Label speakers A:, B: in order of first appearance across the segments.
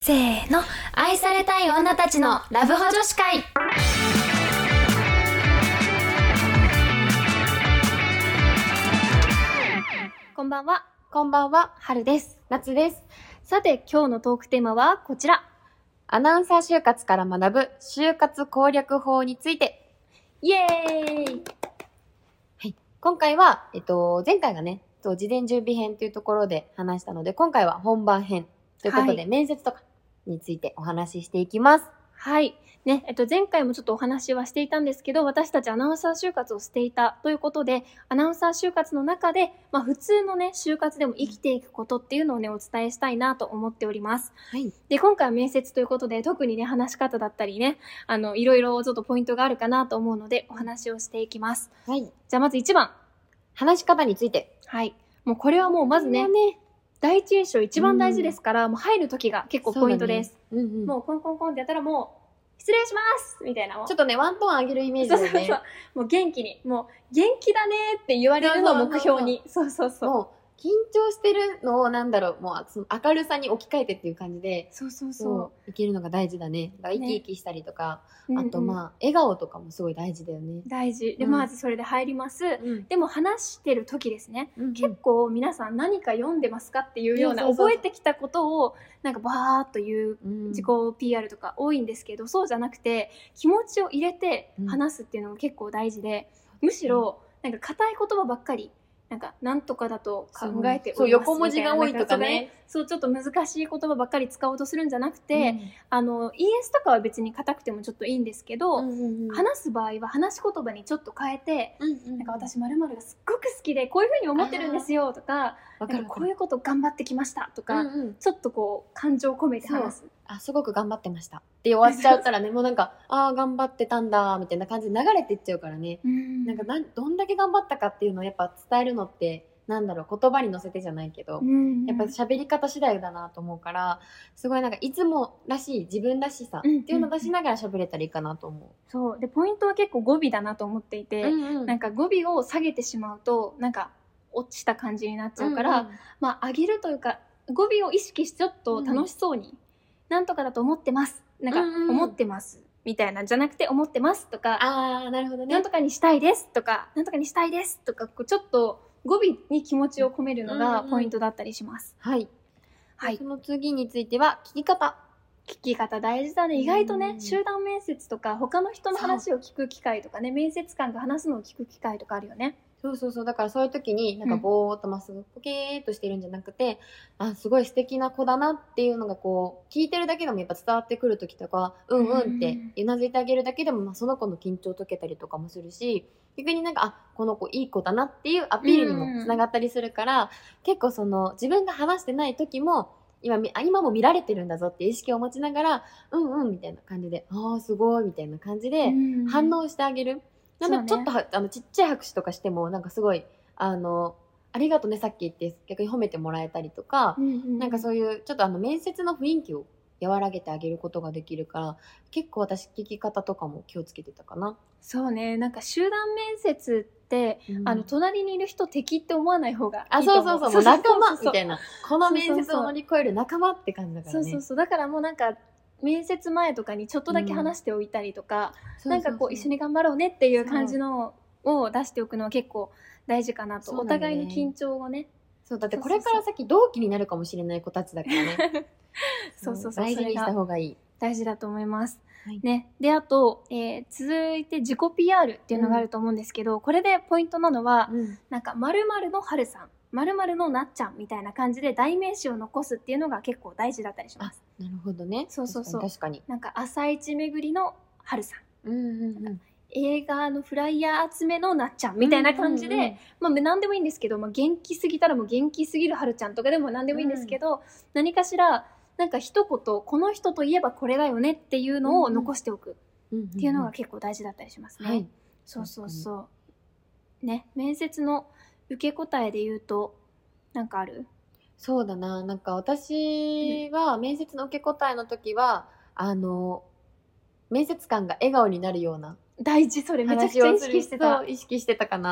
A: せーの、愛されたい女たちのラブホ女子会。
B: こんばんは。
C: こんばんは。
B: 春です。
C: 夏です。
B: さて、今日のトークテーマはこちら。
C: アナウンサー就活から学ぶ就活攻略法について。
B: イエーイ。
C: はい。今回は、前回がね、事前準備編というところで話したので、今回は本番編ということで、面接とかについてお話ししていきます。
B: はい。ね、前回もちょっとお話はしていたんですけど、私たちアナウンサー就活をしていたということで、アナウンサー就活の中で、普通のね、就活でも生きていくことっていうのをね、お伝えしたいなと思っております。
C: はい。
B: で、今回は面接ということで、特にね、話し方だったりね、いろいろちょっとポイントがあるかなと思うので、お話をしていきます。
C: はい。
B: じゃあまず1番。
C: 話し方について。
B: はい。もうこれはもうまずね、第一印象一番大事ですから、もう入る時が結構ポイントです。
C: そうだね。
B: もうコンコンコンってやったらもう、失礼しますみたいな。
C: ちょっとね、ワントーン上げるイメージだよね。
B: そう。もう元気に、もう元気だねって言われるのを目標に。そう。
C: もう、緊張してるのをもうその明るさに置き換えてっていう感じで、いけるのが大事だね。だから生き生きしたりとか、あと笑顔とかもすごい大事だよね。
B: 大事。で、まずそれで入ります。でも話してる時ですね。結構皆さん何か読んでますかっていうような、覚えてきたことをなんかバーっと言う自己 PR とか多いんですけど、そうじゃなくて気持ちを入れて話すっていうのが結構大事で、むしろなんか硬い言葉ばっかりなんとかだと考えておりますみたいな。
C: そう、横文字が多いとかね。
B: そう、ちょっと難しい言葉ばっかり使おうとするんじゃなくて、ES とかは別に硬くてもちょっといいんですけど、話す場合は話し言葉にちょっと変えて、私〇〇がすっごく好きでこういうふうに思ってるんですよとか、こういうこと頑張ってきましたとか、ちょっとこう感情を込めて話す。
C: すごく頑張ってましたって終わっちゃったらね、もう頑張ってたんだみたいな感じで流れていっちゃうからね。どんだけ頑張ったかっていうのをやっぱ伝えるのって、言葉に乗せてじゃないけど、やっぱ喋り方次第だなと思うから、すごいいつもらしい自分らしさっていうのを出しながら喋れたらいいかなと思う。
B: そうで、ポイントは結構語尾だなと思っていて、語尾を下げてしまうと落ちた感じになっちゃうから、上げるというか語尾を意識してちょっと楽しそうに、なんとかだと思ってます思ってますみたいなじゃなくて、思ってますとか、
C: なるほどね、
B: なんとかにしたいですとか、なんとかにしたいですとか、ちょっと語尾に気持ちを込めるのがポイントだったりします。
C: はい。その次については聞き方。
B: 聞き方大事だね。意外とね、集団面接とか他の人の話を聞く機会とかね、面接官が話すのを聞く機会とかあるよね。
C: そう。だからそういう時にぼーっとまっすぐポケーっとしてるんじゃなくて、すごい素敵な子だなっていうのが聞いてるだけでもやっぱ伝わってくる時とか、ってうなずいてあげるだけでも、その子の緊張解けたりとかもするし、逆にこの子いい子だなっていうアピールにもつながったりするから、結構自分が話してない時も今も見られてるんだぞっていう意識を持ちながら、みたいな感じで、すごいみたいな感じで反応してあげる。ちょっとちっちゃい拍手とかしてもすごいありがとねさっき言って逆に褒めてもらえたりとか、そういうちょっと面接の雰囲気を和らげてあげることができるから、結構私聞き方とかも気をつけてたかな。
B: そうね、集団面接って、隣にいる人敵って思わない方がいいと思う。
C: もう仲間みたいな、この面接を乗り越える仲間って感じだからね。
B: だからもう面接前とかにちょっとだけ話しておいたりとか、一緒に頑張ろうねっていう感じのを出しておくのは結構大事かなと。お互いの緊張をね。
C: だってこれから先同期になるかもしれない子たちだからね。大事にした方がいい。
B: 大事だと思います。ね。で、あと、続いて自己 PR っていうのがあると思うんですけど、これでポイントなのは、〇〇の春さん、〇〇のなっちゃんみたいな感じで代名詞を残すっていうのが結構大事だったりします。
C: なるほどね。
B: そう。
C: 確かに。
B: 朝一巡りの春さん。映画のフライヤー集めのなっちゃんみたいな感じで、何でもいいんですけど、元気すぎたらもう元気すぎる春ちゃんとかでも何でもいいんですけど、何かしら一言この人といえばこれだよねっていうのを残しておくっていうのが結構大事だったりしますね。そうね。面接の受け答えで言うとある？
C: そうだな。私は面接の受け答えの時は面接官が笑顔になるような
B: 大事。それめちゃくちゃ意識してた。
C: 意識してたかな。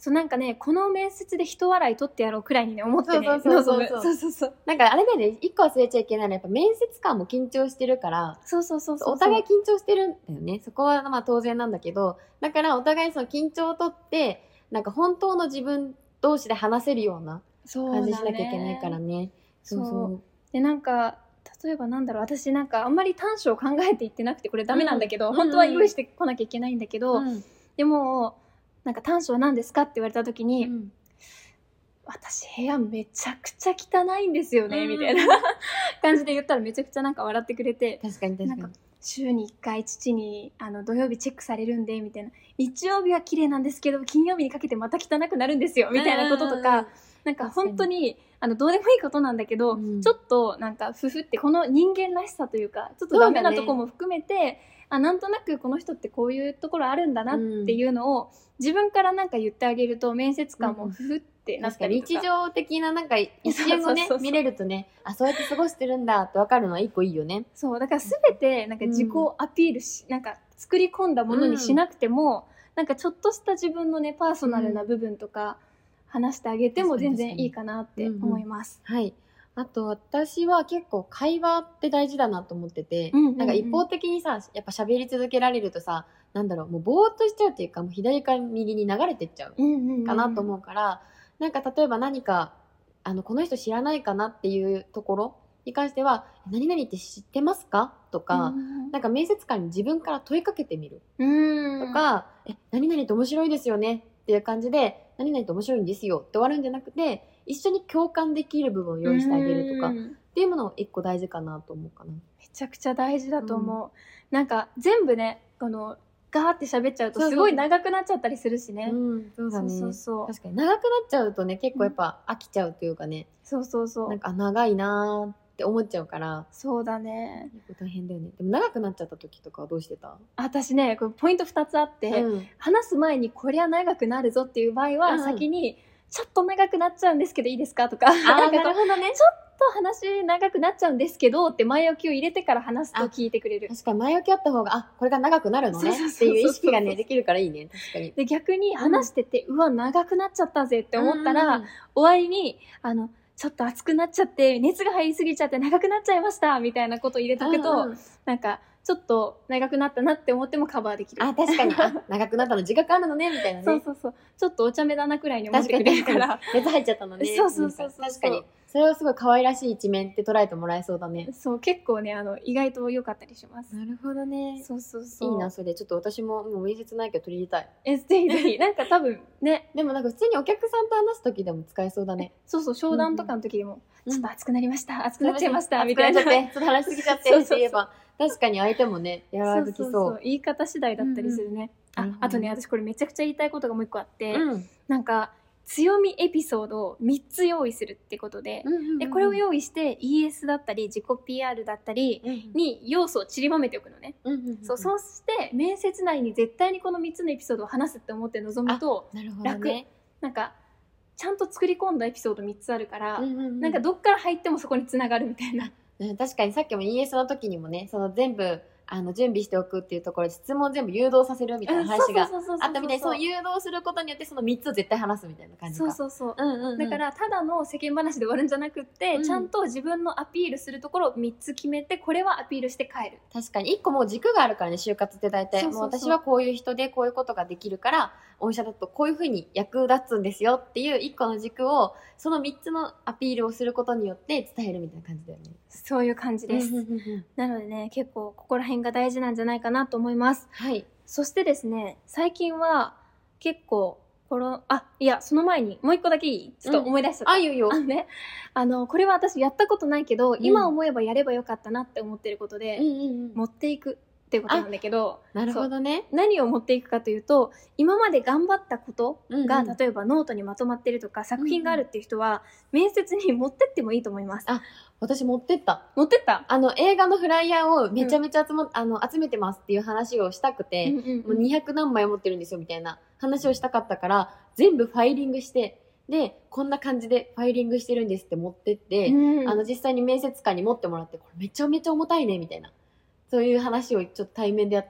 B: そうなんかね、この面接で人笑い取ってやろうくらいにね思ってね、
C: そうそうそうそう
B: 臨むそうそうそう
C: なんかあれだよね、一個忘れちゃいけないのはやっぱ面接官も緊張してるから、
B: そうそうそうそう、
C: お互い緊張してるんだよね。そこはまあ当然なんだけど、だからお互いその緊張を取って、なんか本当の自分同士で話せるような感じしなきゃいけないからね。そうそう。
B: でなんか例えばなんだろう、私なんかあんまり短所を考えていってなくてこれダメなんだけど、
C: うん
B: 本当は用意してこなきゃいけないんだけど、
C: うん
B: でもなんか短所は何ですかって言われた時に、
C: うん
B: 私部屋めちゃくちゃ汚いんですよね、みたいな感じで言ったらめちゃくちゃなんか笑ってくれて、
C: 確かに確かに
B: なんか週に1回父に土曜日チェックされるんでみたいな、日曜日は綺麗なんですけど金曜日にかけてまた汚くなるんですよみたいなこととか、なんか本当にどうでもいいことなんだけど、ちょっとなんかふふってこの人間らしさというかちょっとダメなとこも含めて、なんとなくこの人ってこういうところあるんだなっていうのを自分からなんか言ってあげると面接官もふふってなったりとか、
C: 日常的ななんか一瞬をね見れるとね、あ、そうやって過ごしてるんだって分かるのは一個いいよね。
B: そうだから全てなんか自己アピールし、なんか作り込んだものにしなくても、なんかちょっとした自分のねパーソナルな部分とか話してあげても全然いいかなって思います。
C: はい。あと私は結構会話って大事だなと思ってて、なんか一方的にさ、やっぱ喋り続けられるとさ、なんだろう、もうぼーっとしちゃうっていうか、もう左から右に流れてっちゃうかなと思うから、なんか例えば何か、この人知らないかなっていうところに関しては、何々って知ってますかとか、なんか面接官に自分から問いかけてみるとか、何々って面白いですよねっていう感じで、何々って面白いんですよって終わるんじゃなくて、一緒に共感できる部分を用意してあげるとかっていうものを一個大事かなと思うかな。
B: めちゃくちゃ大事だと思う。なんか全部ね、ガーって喋っちゃうとすごい長くなっちゃったりするしね。
C: そうだね。
B: そう
C: 確かに長くなっちゃうとね、結構やっぱ飽きちゃうというかね。
B: そうそうそう。
C: なんか長いなーって思っちゃうから。
B: そうだね。
C: 結構大変だよね。でも長くなっちゃった時とかはどうしてた？
B: 私ね、これポイント2つあって、話す前にこりゃ長くなるぞっていう場合は、先にちょっと長くなっちゃうんですけどいいですかとか、
C: なるほどね。
B: ちょっと話長くなっちゃうんですけどって前置きを入れてから話すと聞いてくれる。
C: 確かに前置きあった方が、これが長くなるのねっていう意識がねできるからいいね。確かに。
B: で逆に話してて、うわ長くなっちゃったぜって思ったら、終わりにちょっと熱くなっちゃって熱が入りすぎちゃって長くなっちゃいましたみたいなことを入れとくと、なんかちょっと長くなったなって思ってもカバーできる。
C: 確かに。長くなったの自覚あるのねみたいなね。
B: そうそうそう。ちょっとお茶目だなくらいに思ってくれるから。
C: 熱入っちゃったのね。
B: そうそうそうそう。
C: 確かに。それをすごい可愛らしい一面って捉えてもらえそうだね。
B: そう、結構ね、意外と良かったりします。
C: なるほどね。
B: そうそうそう。
C: いいな、それ。ちょっと私ももう面接ないけど取り入れたい。
B: ぜひぜひ。なんか多分ね。
C: でもなんか普通にお客さんと話す時でも使えそうだね。
B: そうそう、商談とかの時でも、ちょっと熱くなりました。熱くなっちゃいました。みたい
C: な。
B: な。
C: ちょっと話しすぎちゃってって言えば、確かに相手もね、やられきそう。
B: 言い方次第だったりするね。あとね、私これめちゃくちゃ言いたいことがもう一個あって、なんか、強みエピソードを3つ用意するってことで、でこれを用意して ES だったり自己 PR だったりに要素を散りばめておくのね。そうして面接内に絶対にこの3つのエピソードを話すって思って臨むと楽。なんかちゃんと作り込んだエピソード3つあるから、なんかどっから入ってもそこにつながるみたいな。
C: 確かにさっきも ES の時にもね、その全部準備しておくっていうところで質問全部誘導させるみたいな話があったみたいで、その誘導することによってその3つを絶対話すみたいな感じか。
B: そうだからただの世間話で終わるんじゃなくって、ちゃんと自分のアピールするところを3つ決めて、これはアピールして帰る。
C: 確かに1個もう軸があるからね、就活って大体もう私はこういう人でこういうことができるから御社だとこういうふうに役立つんですよっていう1個の軸をその3つのアピールをすることによって伝えるみたいな感じだよね。
B: そういう感じです。なのでね、結構ここら辺が大事なんじゃないかなと思います。
C: はい。
B: そしてですね、最近は結構いや、その前にもう一個だけいい？ちょっと思い出しちゃった。
C: いいよいいよ。
B: ね、これは私やったことないけど、今思えばやればよかったなって思ってることで、持っていくっていうことなんだけど、
C: なるほどね。
B: 何を持っていくかというと、今まで頑張ったことが、例えばノートにまとまってるとか作品があるっていう人は、面接に持ってってもいいと思います。
C: 私持ってった。
B: 持ってった？
C: 映画のフライヤーをめちゃめちゃ集めてますっていう話をしたくて、もう200何枚持ってるんですよみたいな話をしたかったから、全部ファイリングして、で、こんな感じでファイリングしてるんですって持ってって、実際に面接官に持ってもらって、これめちゃめちゃ重たいねみたいな。そういう話をちょっと対面でやった。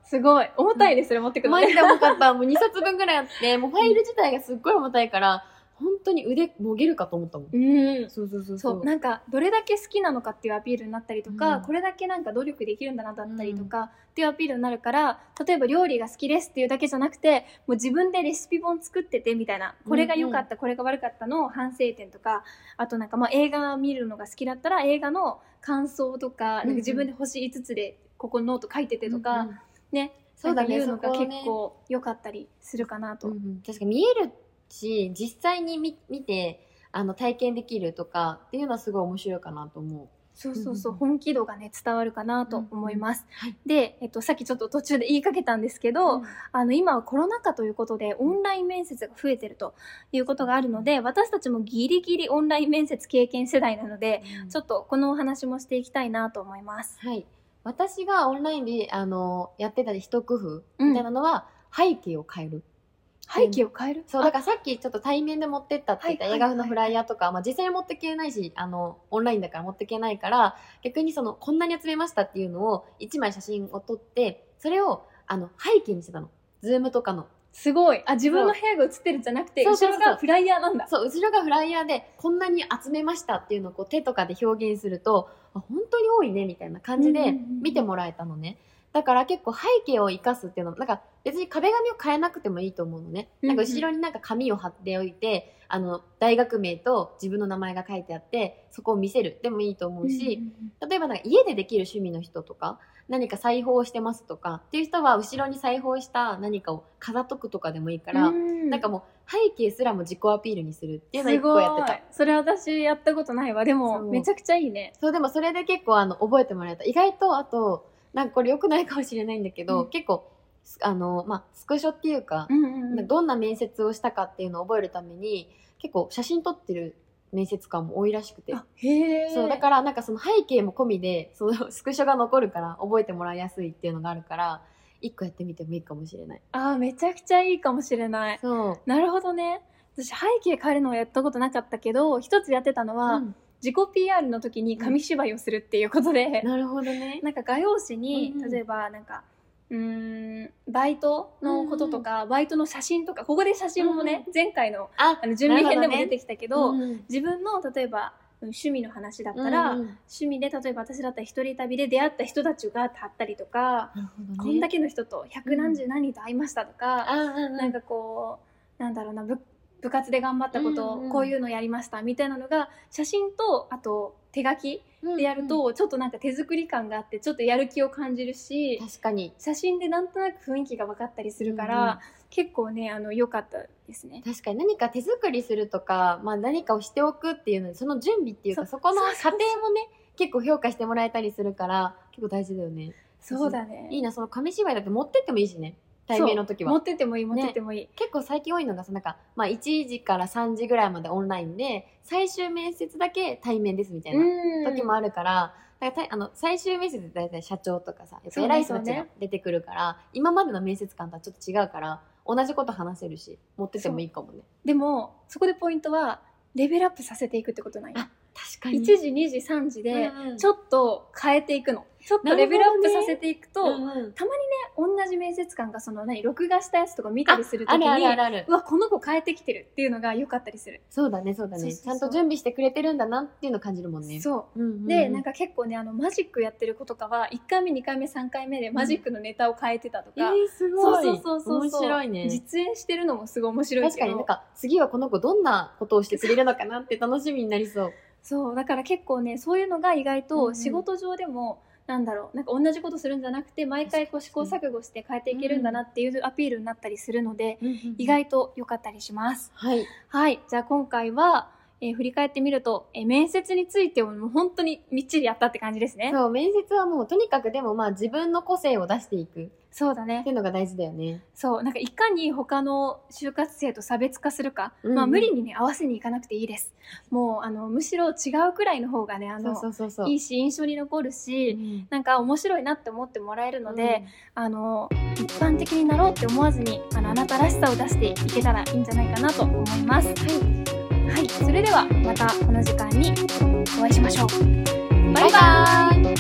B: すごい重たいです、それ持ってくるのね。
C: マジで重かった。もう2冊分ぐらいあって、もうファイル自体がすっごい重たいから、本当に腕もげるかと思ったもん。そうそうそう
B: そう、なんかどれだけ好きなのかっていうアピールになったりとか、
C: うん
B: これだけなんか努力できるんだなだったりとか、っていうアピールになるから、例えば料理が好きですっていうだけじゃなくて、もう自分でレシピ本作っててみたいな、これが良かった、これが悪かったの反省点とか、あとなんかまあ映画見るのが好きだったら映画の感想とか、なんか自分で星5つでここノート書いててとか、ね、
C: そうだね、
B: なんか言うのが
C: そこをね
B: 結構良かったりするかなと。
C: 確かに見えるし、実際に見て体験できるとかっていうのはすごい面白いかなと思う。
B: そうそうそう、本気度がね伝わるかなと思います。
C: はい、
B: で、さっきちょっと途中で言いかけたんですけど、今はコロナ禍ということでオンライン面接が増えてるということがあるので、私たちもギリギリオンライン面接経験世代なので、ちょっとこのお話もしていきたいなと思います。
C: はい、私がオンラインでやってた一工夫みたいなのは、背景を変える。
B: 背景を変える？
C: そう、だからさっきちょっと対面で持ってったって言った映画のフライヤーとか、まあ実際に持ってけないし、オンラインだから持ってけないから、逆にこんなに集めましたっていうのを1枚写真を撮って、それを背景にしてたの。ズームとかの。
B: すごい。自分の部屋が映ってるんじゃなくて、後ろがフライヤーなんだ。
C: そう、後ろがフライヤーで、こんなに集めましたっていうのをこう手とかで表現すると、本当に多いねみたいな感じで見てもらえたのね。だから結構背景を生かすっていうのも、なんか別に壁紙を変えなくてもいいと思うのね。なんか後ろになんか紙を貼っておいて、大学名と自分の名前が書いてあって、そこを見せるでもいいと思うし、例えばなんか家でできる趣味の人とか、何か裁縫をしてますとかっていう人は後ろに裁縫した何かを飾っとくとかでもいいから、なんかもう背景すらも自己アピールにするっていうのを一個やってた。
B: それ私やったことないわ。でもめちゃくちゃいいね。
C: そう、でもそれで結構覚えてもらえた。意外とあと、なんかこれ良くないかもしれないんだけど、結構まあ、スクショっていうか、どんな面接をしたかっていうのを覚えるために結構写真撮ってる面接官も多いらしくて、そうだからなんかその背景も込みでそのスクショが残るから覚えてもらいやすいっていうのがあるから一個やってみてもいいかもしれない。
B: めちゃくちゃいいかもしれない。
C: そう、
B: なるほどね。私背景変えるのはやったことなかったけど、一つやってたのは、自己 PR の時に紙芝居をするっていうことで、
C: なるほどね。
B: なんか画用紙に、例えばなんかバイトのこととか、バイトの写真とか、ここで写真もね、前回の準備編でも出てきたけど、自分の例えば趣味の話だったら、趣味で例えば私だったら一人旅で出会った人たちが貼ったりとか、こんだけの人と百何十何人と会いましたとか、なんかこうなんだろうな、部活で頑張ったこと、こういうのやりましたみたいなのが写真とあと手書きでやると、ちょっとなんか手作り感があってちょっとやる気を感じるし、
C: 確かに
B: 写真でなんとなく雰囲気が分かったりするから、結構ね良かったですね。
C: 確かに何か手作りするとか、まあ、何かをしておくっていうのでその準備っていうかそこの過程もね結構評価してもらえたりするから結構大事だよね。
B: そうだね。
C: いいな、その紙芝居だって持ってってもいいしね、対面の時は。
B: 持ってってもいい、持ってってもいい、ね。
C: 結構最近多いのがなんか、まあ、1時から3時ぐらいまでオンラインで最終面接だけ対面ですみたいな時もあるから、だから最終面接って大体社長とかさ、やっぱ偉い人たちが出てくるから、今までの面接官とはちょっと違うから同じこと話せるし持っててもいいかもね。
B: でもそこでポイントはレベルアップさせていくってことなんよ。
C: 確かに
B: 1時2時3時でちょっと変えていくの、ちょっとレベルアップさせていくと、たまにね同じ面接官が録画したやつとか見たりするときに、うわこの子変えてきてるっていうのが良かったりする。
C: そうだねそうだね、ちゃんと準備してくれてるんだなっていうのを感じるもんね。
B: そう、でなんか結構ねマジックやってる子とかは1回目2回目3回目でマジックのネタを変えてたとか、
C: すごい
B: そう
C: 面白いね。
B: 実演してるのもすごい面白いけど、
C: 確かになんか次はこの子どんなことをしてくれるのかなって楽しみになりそう。
B: そうだから結構ねそういうのが意外と仕事上でも、なんか同じことするんじゃなくて毎回こう試行錯誤して変えていけるんだなっていうアピールになったりするので、意外と良かったりします。はい、じゃあ今回は、振り返ってみると、面接についてもう本当にみっちりやったって感じですね。
C: そう、面接はもうとにかくでもまあ自分の個性を出していく。
B: そうだね。
C: っていうのが大事だよね。
B: そう、なんかいかに他の就活生と差別化するか、まあ無理にね合わせにいかなくていいです。もうむしろ違うくらいの方がねいいし印象に残るし、なんか面白いなって思ってもらえるので、一般的になろうって思わずにあなたらしさを出していけたらいいんじゃないかなと思います。はい、それではまたこの時間にお会いしましょう。バイバーイ。